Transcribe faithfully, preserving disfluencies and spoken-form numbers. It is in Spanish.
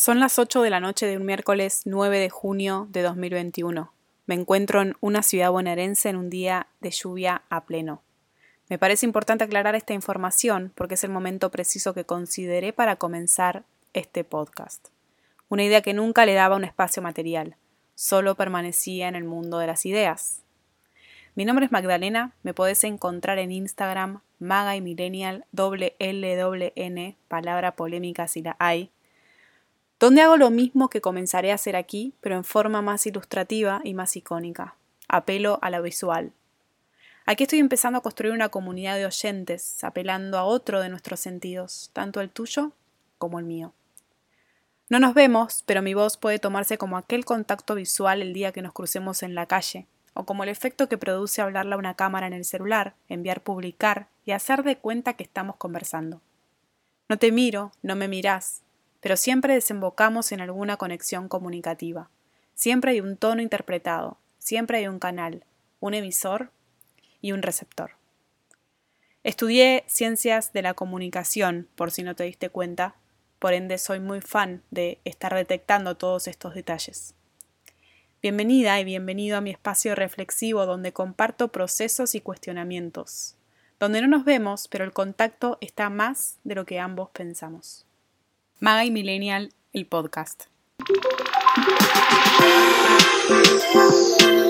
Son las ocho de la noche de un miércoles nueve de junio de dos mil veintiuno. Me encuentro en una ciudad bonaerense en un día de lluvia a pleno. Me parece importante aclarar esta información porque es el momento preciso que consideré para comenzar este podcast. Una idea que nunca le daba un espacio material, solo permanecía en el mundo de las ideas. Mi nombre es Magdalena, me podés encontrar en Instagram, Maga y Millennial, doble L doble N, palabra polémica si la hay, donde hago lo mismo que comenzaré a hacer aquí, pero en forma más ilustrativa y más icónica. Apelo a lo visual. Aquí estoy empezando a construir una comunidad de oyentes, apelando a otro de nuestros sentidos, tanto el tuyo como el mío. No nos vemos, pero mi voz puede tomarse como aquel contacto visual el día que nos crucemos en la calle, o como el efecto que produce hablarle a una cámara en el celular, enviar publicar y hacer de cuenta que estamos conversando. No te miro, no me mirás, pero siempre desembocamos en alguna conexión comunicativa. Siempre hay un tono interpretado, siempre hay un canal, un emisor y un receptor. Estudié ciencias de la comunicación, por si no te diste cuenta, por ende soy muy fan de estar detectando todos estos detalles. Bienvenida y bienvenido a mi espacio reflexivo donde comparto procesos y cuestionamientos, donde no nos vemos, pero el contacto está más de lo que ambos pensamos. Maga y Millennial, el podcast.